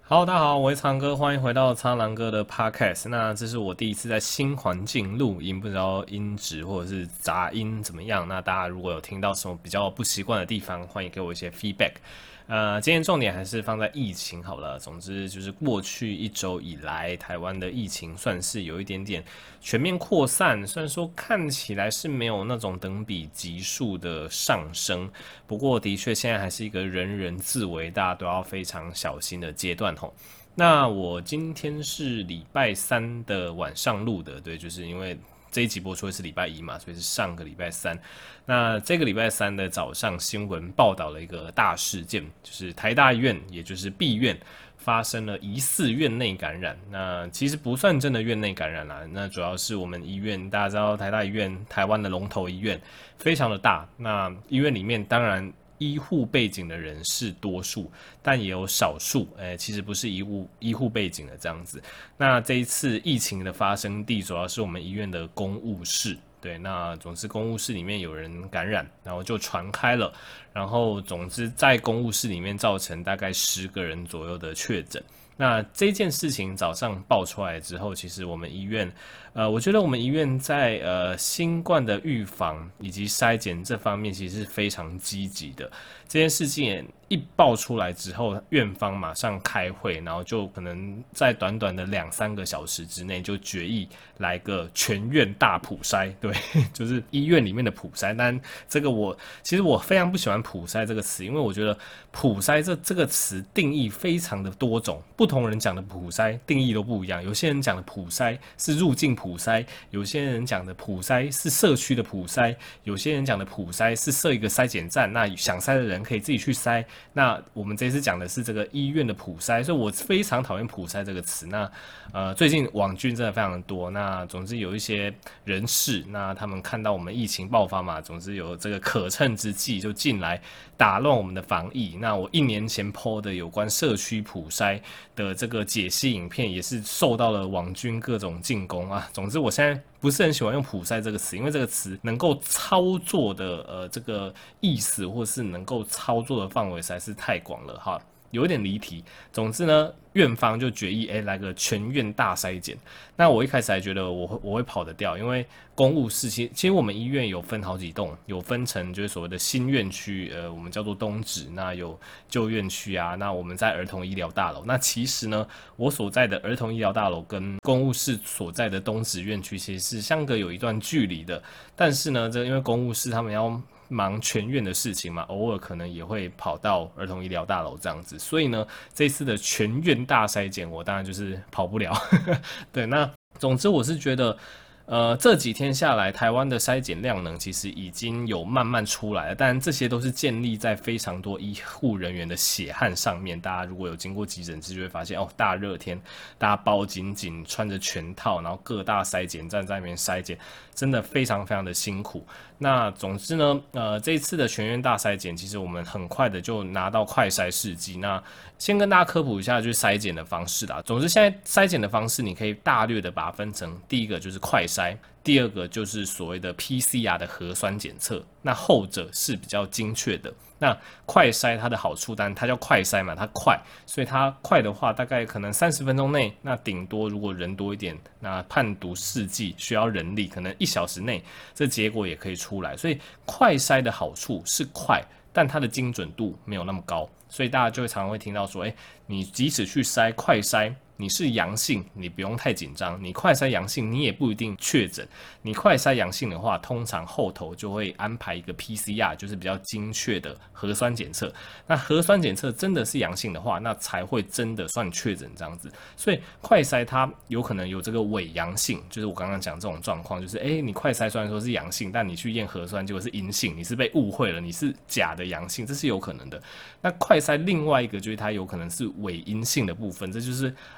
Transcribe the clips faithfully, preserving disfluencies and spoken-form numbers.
Hello，大家好，我是苍哥，欢迎回到苍狼哥的 Podcast。那这是我第一次在新环境录音，不知道音质或者是杂音怎么样。那大家如果有听到什么比较不习惯的地方，欢迎给我一些 feedback。呃，今天重点还是放在疫情好了。总之就是过去一周以来，台湾的疫情算是有一点点全面扩散，虽然说看起来是没有那种等比级数的上升，不过的确现在还是一个人人自危，大家都要非常小心的阶段吼。那我今天是礼拜三的晚上录的，对，就是因为这一集播出的是礼拜一嘛，所以是上个礼拜三。那这个礼拜三的早上，新闻报道了一个大事件，就是台大医院，也就是敝院发生了疑似院内感染。那其实不算真的院内感染啦，那主要是我们医院，大家知道台大医院，台湾的龙头医院，非常的大。那医院里面当然医护背景的人是多数，但也有少数，诶、欸，其实不是医护医护背景的这样子。那这一次疫情的发生地主要是我们医院的公务室。对，那总之公务室里面有人感染，然后就传开了，然后总之在公务室里面造成大概十个人左右的确诊。那这件事情早上爆出来之后，其实我们医院，呃，我觉得我们医院在呃新冠的预防以及筛检这方面其实是非常积极的。这件事情一爆出来之后，院方马上开会，然后就可能在短短的两三个小时之内就决议来个全院大普筛，对，就是医院里面的普筛。但这个我其实我非常不喜欢普筛这个词，因为我觉得普筛这这个词定义非常的多种，不同人讲的普筛定义都不一样。有些人讲的普筛是入境普筛，有些人讲的普筛是社区的普筛，有些人讲的普筛是设一个筛检站，那想筛的人可以自己去筛。那我们这次讲的是这个医院的普筛，所以我非常讨厌普筛这个词。那呃，最近网军真的非常的多。那总之有一些人士，那他们看到我们疫情爆发嘛，总之有这个可乘之机，就进来打乱我们的防疫。那我一年前 P O 的有关社区普筛的这个解析影片，也是受到了网军各种进攻啊。总之，我现在不是很喜欢用普筛这个词，因为这个词能够操作的呃这个意思，或是能够操作的范围实在是太广了哈，有一点离题。总之呢，院方就决议，哎、欸，来个全院大筛检。那我一开始还觉得我会我会跑得掉，因为公务室其实其实我们医院有分好几栋，有分成就是所谓的新院区，呃，我们叫做东址，那有旧院区啊，那我们在儿童医疗大楼。那其实呢，我所在的儿童医疗大楼跟公务室所在的东址院区其实是相隔有一段距离的，但是呢，这因为公务室他们要忙全院的事情嘛，偶尔可能也会跑到儿童医疗大楼这样子，所以呢，这次的全院大筛检，我当然就是跑不了。对，那总之我是觉得。呃，这几天下来，台湾的筛检量能其实已经有慢慢出来了，但这些都是建立在非常多医护人员的血汗上面。大家如果有经过急诊室，就会发现哦，大热天，大家包紧紧，穿着全套，然后各大筛检站在那边筛检，真的非常非常的辛苦。那总之呢，呃，这一次的全院大筛检，其实我们很快的就拿到快筛试剂。那先跟大家科普一下，就是筛检的方式啦。总之，现在筛检的方式，你可以大略的把它分成，第一个就是快筛，第二个就是所谓的 P C R 的核酸检测。那后者是比较精确的。那快筛它的好处，当然它叫快筛嘛，它快，所以它快的话，大概可能三十分钟内，那顶多如果人多一点，那判读试剂需要人力，可能一小时内，这结果也可以出来。所以快筛的好处是快，但它的精准度没有那么高，所以大家就会常常会听到说，哎，你即使去筛快筛，你是阳性，你不用太紧张；你快筛阳性，你也不一定确诊。你快筛阳性的话，通常后头就会安排一个 P C R， 就是比较精确的核酸检测。那核酸检测真的是阳性的话，那才会真的算确诊这样子。所以快筛它有可能有这个伪阳性，就是我刚刚讲这种状况，就是哎，你快筛虽然说是阳性，但你去验核酸结果是阴性，你是被误会了，你是假的阳性，这是有可能的。那快筛另外一个就是它有可能是伪阴性的部分，这就是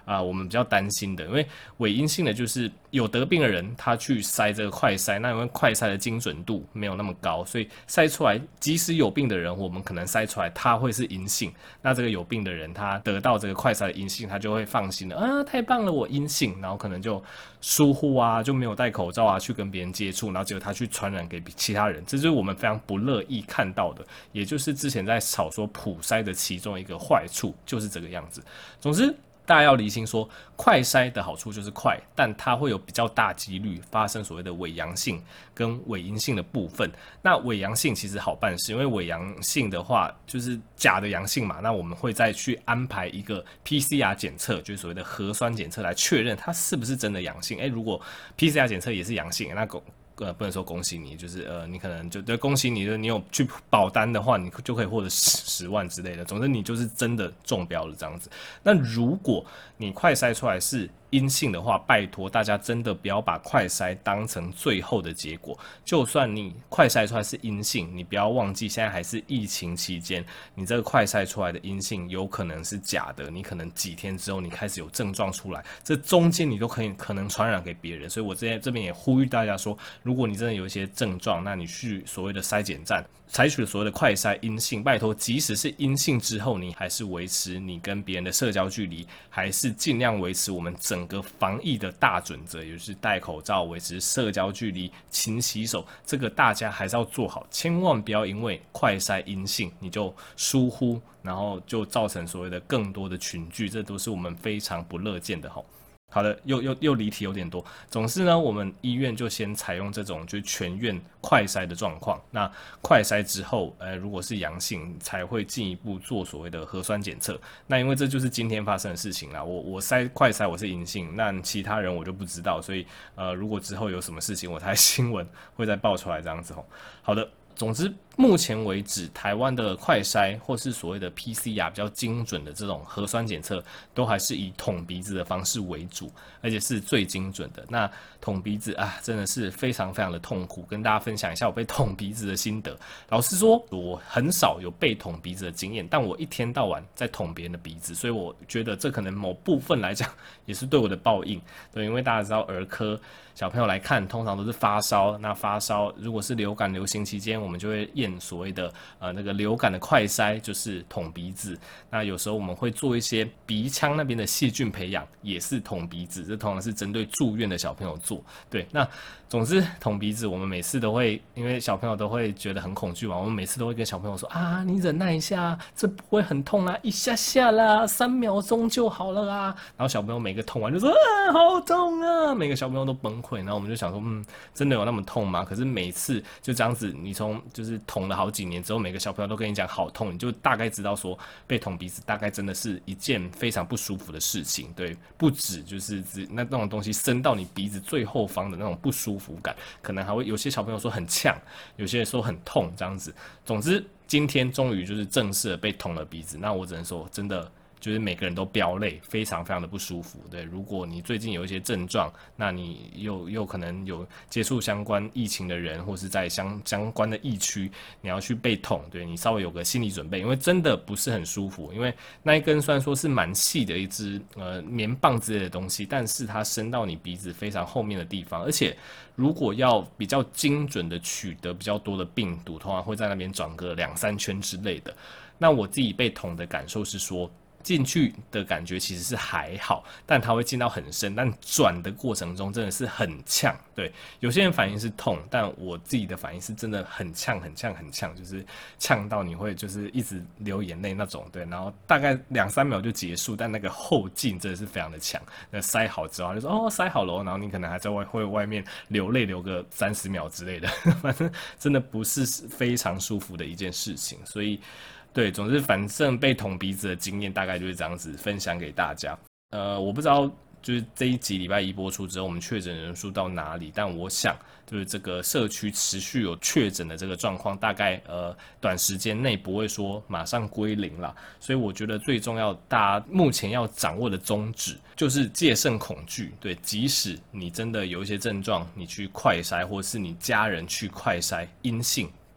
啊、呃、我们比较担心的，因为伪阴性的就是有得病的人他去筛这个快筛，那因为快筛的精准度没有那么高，所以筛出来即使有病的人，我们可能筛出来他会是阴性，那这个有病的人他得到这个快筛的阴性，他就会放心了啊，太棒了，我阴性，然后可能就疏忽啊，就没有戴口罩啊，去跟别人接触，然后结果他去传染给其他人，这就是我们非常不乐意看到的，也就是之前在吵说普筛的其中一个坏处就是这个样子。总之，大家要厘清说，快筛的好处就是快，但它会有比较大几率发生所谓的伪阳性跟伪阴性的部分。那伪阳性其实好办事，因为伪阳性的话就是假的阳性嘛，那我们会再去安排一个 P C R 检测，就是所谓的核酸检测来确认它是不是真的阳性。哎，如果 P C R 检测也是阳性，那呃，不能说恭喜你，就是呃，你可能就对恭喜你，就是你有去保单的话，你就可以获得十十万之类的。总之，你就是真的中标了这样子。那如果你快筛出来是阴性的话，拜托大家真的不要把快筛当成最后的结果。就算你快筛出来是阴性，你不要忘记现在还是疫情期间，你这个快筛出来的阴性有可能是假的，你可能几天之后你开始有症状出来，这中间你都可以可能传染给别人。所以我这边这边也呼吁大家说，如果你真的有一些症状，那你去所谓的筛检站采取了所谓的快筛阴性，拜托，即使是阴性之后，你还是维持你跟别人的社交距离，还是尽量维持我们整个防疫的大准则，也就是戴口罩、维持社交距离、勤洗手，这个大家还是要做好，千万不要因为快筛阴性你就疏忽，然后就造成所谓的更多的群聚，这都是我们非常不乐见的吼。好的，又又又离题有点多。总之呢，我们医院就先采用这种就是全院快筛的状况。那快筛之后，呃，如果是阳性，才会进一步做所谓的核酸检测。那因为这就是今天发生的事情啦。我我筛快筛我是阴性，那其他人我就不知道，所以呃，如果之后有什么事情，我台新闻会再爆出来这样子吼。好的。总之，目前为止，台湾的快筛或是所谓的 P C R 比较精准的这种核酸检测，都还是以捅鼻子的方式为主，而且是最精准的。那捅鼻子啊，真的是非常非常的痛苦，跟大家分享一下我被捅鼻子的心得。老实说，我很少有被捅鼻子的经验，但我一天到晚在捅别人的鼻子，所以我觉得这可能某部分来讲也是对我的报应。对，因为大家知道儿科小朋友来看，通常都是发烧，那发烧如果是流感流行期间，我们就会验所谓的呃那个流感的快筛，就是捅鼻子。那有时候我们会做一些鼻腔那边的细菌培养，也是捅鼻子，这通常是针对住院的小朋友做。对，那总之捅鼻子，我们每次都会，因为小朋友都会觉得很恐惧嘛，我们每次都会跟小朋友说啊，你忍耐一下，这不会很痛啦，一下下啦，三秒钟就好了啦。然后小朋友每个痛完就说啊，好痛啊，每个小朋友都崩溃。然后我们就想说，嗯，真的有那么痛吗？可是每次就这样子，你从就是捅了好几年之后，每个小朋友都跟你讲好痛，你就大概知道说被捅鼻子大概真的是一件非常不舒服的事情。对，不止就是那那种东西伸到你鼻子最后方的那种不舒服感，可能还会有些小朋友说很呛，有些人说很痛这样子。总之，今天终于就是正式的被捅了鼻子，那我只能说真的。就是每个人都飙泪，非常非常的不舒服。对，如果你最近有一些症状，那你又又可能有接触相关疫情的人，或是在相相关的疫区，你要去被捅，对你稍微有个心理准备，因为真的不是很舒服。因为那一根虽然说是蛮细的一支呃棉棒之类的东西，但是它伸到你鼻子非常后面的地方，而且如果要比较精准的取得比较多的病毒，通常会在那边转个两三圈之类的。那我自己被捅的感受是说。进去的感觉其实是还好，但它会进到很深，但转的过程中真的是很呛。对，有些人反应是痛，但我自己的反应是真的很呛、很呛、很呛，就是呛到你会就是一直流眼泪那种。对，然后大概两三秒就结束，但那个后劲真的是非常的强。那塞好之后就说哦塞好了，然后你可能还在外会外面流泪流个三十秒之类的，反正真的不是非常舒服的一件事情，所以。对，总之反正被捅鼻子的经验大概就是这样子分享给大家。呃，我不知道就是这一集礼拜一播出之后，我们确诊人数到哪里？但我想就是这个社区持续有确诊的这个状况，大概呃短时间内不会说马上归零啦。所以我觉得最重要，大家目前要掌握的宗旨就是戒慎恐惧。对，即使你真的有一些症状，你去快筛，或是你家人去快筛阴性。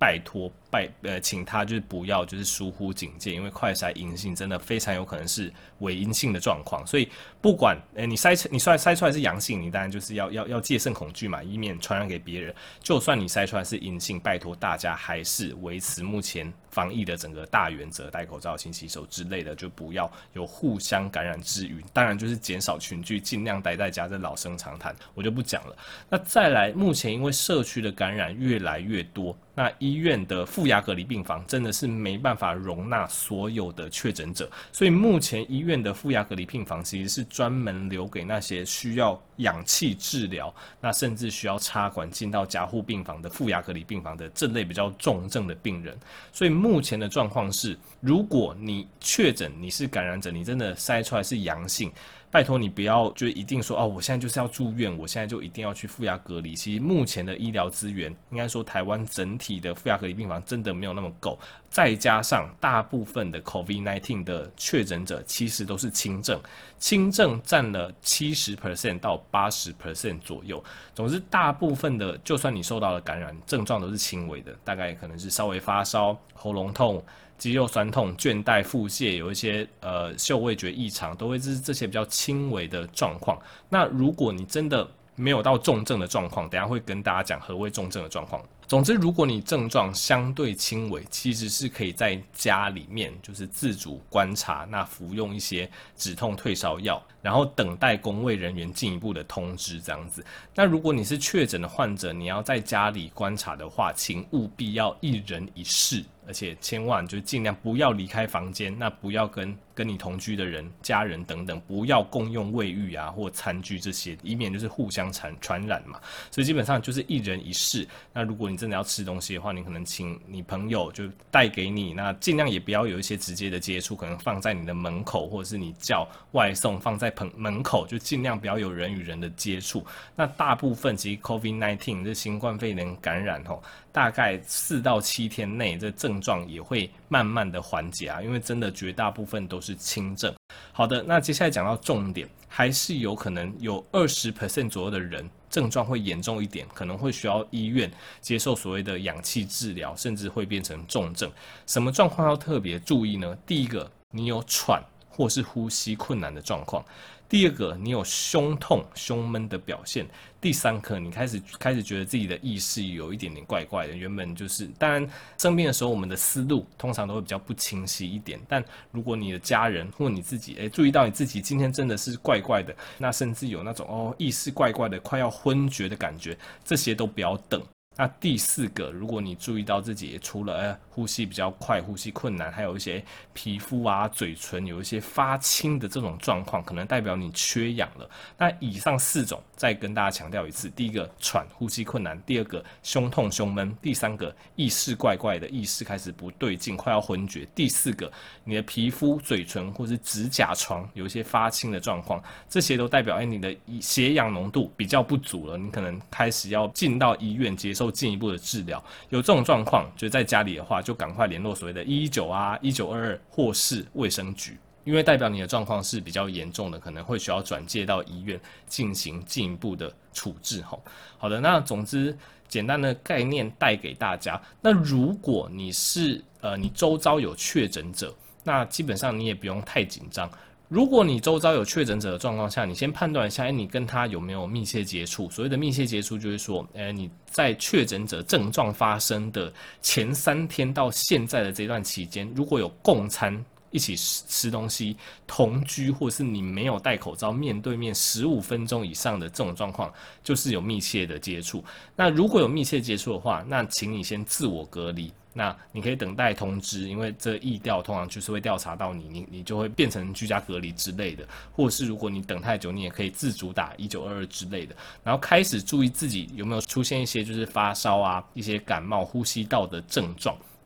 拜托拜呃，请他就是不要就是疏忽警戒，因为快筛阴性真的非常有可能是伪阴性的状况，所以不管呃你筛你筛筛出来是阳性，你当然就是要要要戒慎恐惧嘛，以免传染给别人。就算你筛出来是阴性，拜托大家还是维持目前防疫的整个大原则，戴口罩、勤洗手之类的，就不要有互相感染之虞。当然就是减少群聚，尽量待在家，这老生常谈，我就不讲了。那再来，目前因为社区的感染越来越多，那医院的负压隔离病房真的是没办法容纳所有的确诊者，所以目前医院的负压隔离病房其实是专门留给那些需要氧气治疗，那甚至需要插管进到加护病房的负压隔离病房的这类比较重症的病人。所以目前的状况是，如果你确诊你是感染者，你真的筛出来是阳性，拜托你不要就一定说哦，我现在就是要住院，我现在就一定要去负压隔离。其实目前的医疗资源，应该说台湾整体的负压隔离病房真的没有那么够，再加上大部分的 COVID 十九 的确诊者其实都是轻症，轻症占了 百分之七十 到 百分之八十 左右。总之，大部分的就算你受到了感染，症状都是轻微的，大概可能是稍微发烧、喉咙痛、肌肉酸痛、倦怠、腹泻，有一些呃嗅味觉异常，都会是这些比较轻微的状况。那如果你真的没有到重症的状况，等一下会跟大家讲何谓重症的状况。总之，如果你症状相对轻微，其实是可以在家里面就是自主观察，那服用一些止痛退烧药，然后等待公卫人员进一步的通知这样子。那如果你是确诊的患者，你要在家里观察的话，请务必要一人一室，而且千万就尽量不要离开房间，那不要跟跟你同居的人、家人等等，不要共用卫浴啊或餐具这些，以免就是互相传传染嘛。所以基本上就是一人一室。那如果你真的要吃东西的话，你可能请你朋友就带给你，那尽量也不要有一些直接的接触，可能放在你的门口，或者是你叫外送放在门口，就尽量不要有人与人的接触。那大部分其实 COVID 十九 这新冠肺炎感染吼，大概四到七天内，这症状也会慢慢的缓解啊，因为真的绝大部分都是轻症。好的，那接下来讲到重点，还是有可能有 百分之二十 左右的人症状会严重一点，可能会需要医院接受所谓的氧气治疗，甚至会变成重症。什么状况要特别注意呢？第一个，你有喘或是呼吸困难的状况；第二个，你有胸痛、胸闷的表现；第三个，你开始开始觉得自己的意识有一点点怪怪的。原本就是，当然生病的时候，我们的思路通常都会比较不清晰一点。但如果你的家人或你自己，哎，注意到你自己今天真的是怪怪的，那甚至有那种哦意识怪怪的、快要昏厥的感觉，这些都不要等。那第四个，如果你注意到自己除了、呃、呼吸比较快、呼吸困难，还有一些皮肤啊、嘴唇有一些发青的这种状况，可能代表你缺氧了。那以上四种再跟大家强调一次：第一个喘、呼吸困难；第二个胸痛、胸闷；第三个意识怪怪的，意识开始不对劲，快要昏厥；第四个你的皮肤、嘴唇或是指甲床有一些发青的状况，这些都代表哎你的血氧浓度比较不足了，你可能开始要进到医院接受进一步的治疗。有这种状况，就在家里的话，就赶快联络所谓的一一九啊、一九二二或是卫生局，因为代表你的状况是比较严重的，可能会需要转介到医院进行进一步的处置。好的，那总之简单的概念带给大家。那如果你是呃你周遭有确诊者，那基本上你也不用太紧张。如果你周遭有确诊者的状况下，你先判断一下，哎，你跟他有没有密切接触？所谓的密切接触，就是说，哎，你在确诊者症状发生的前三天到现在的这段期间，如果有共餐、一起吃东西、同居，或是你没有戴口罩、面对面十五分钟以上的这种状况，就是有密切的接触。那如果有密切接触的话，那请你先自我隔离。那你可以等待通知，因为这疫调通常就是会调查到你，你你就会变成居家隔离之类的，或者是如果你等太久，你也可以自主打一九二二之类的，然后开始注意自己有没有出现一些就是发烧啊、一些感冒、呼吸道的症状。那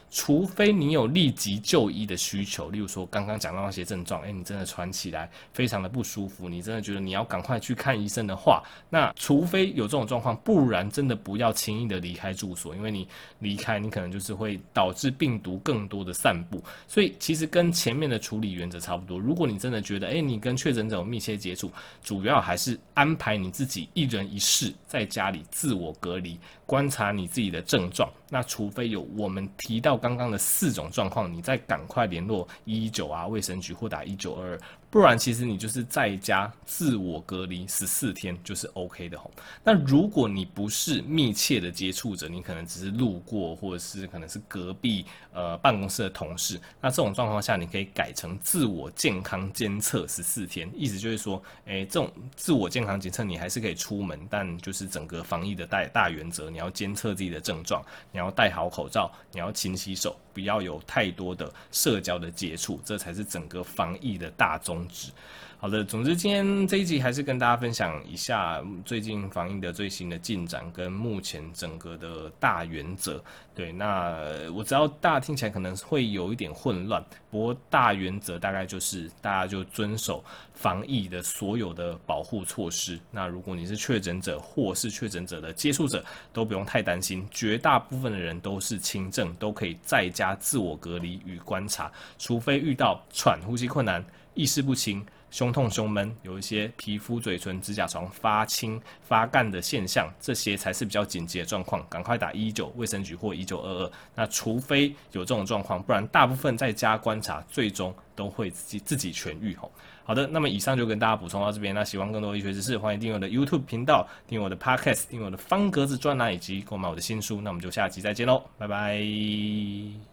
除非你有立即就医的需求，例如说刚刚讲到那些症状，哎，你真的喘起来非常的不舒服，你真的觉得你要赶快去看医生的话，那除非有这种状况，不然真的不要轻易的离开住所，因为你离开，你可能就是会导致病毒更多的散布。所以其实跟前面的处理原则差不多。如果你真的觉得，哎，你跟确诊者有密切接触，主要还是安排你自己一人一室，在家里自我隔离，观察你自己的症状。那除非有我们提到刚刚的四种状况，你再赶快联络一一九啊、卫生局或打一九二二，不然其实你就是在家自我隔离十四天就是 OK 的吼。那如果你不是密切的接触者，你可能只是路过，或者是可能是隔壁呃办公室的同事，那这种状况下，你可以改成自我健康监测十四天，意思就是说，哎，这种自我健康监测你还是可以出门，但就是整个防疫的大大原则，你要监测自己的症状，你要戴好口罩，你要勤洗手，不要有太多的社交的接触，这才是整个防疫的大宗旨。好的，总之今天这一集还是跟大家分享一下最近防疫的最新的进展跟目前整个的大原则。对，那我知道大家听起来可能会有一点混乱，不过大原则大概就是大家就遵守防疫的所有的保护措施。那如果你是确诊者或是确诊者的接触者，都不用太担心，绝大部分的人都是轻症，都可以在家自我隔离与观察，除非遇到喘、呼吸困难、意识不清、胸痛、胸闷，有一些皮肤、嘴唇、指甲床发青、发干的现象，这些才是比较紧急的状况，赶快打一一九卫生局或一九二二。那除非有这种状况，不然大部分在家观察，最终都会自己自己痊愈吼。好的，那么以上就跟大家补充到这边。那喜欢更多医学知识，欢迎订阅我的 YouTube 频道，订阅我的 Podcast， 订阅我的方格子专栏，以及购买我的新书。那我们就下集再见喽，拜拜。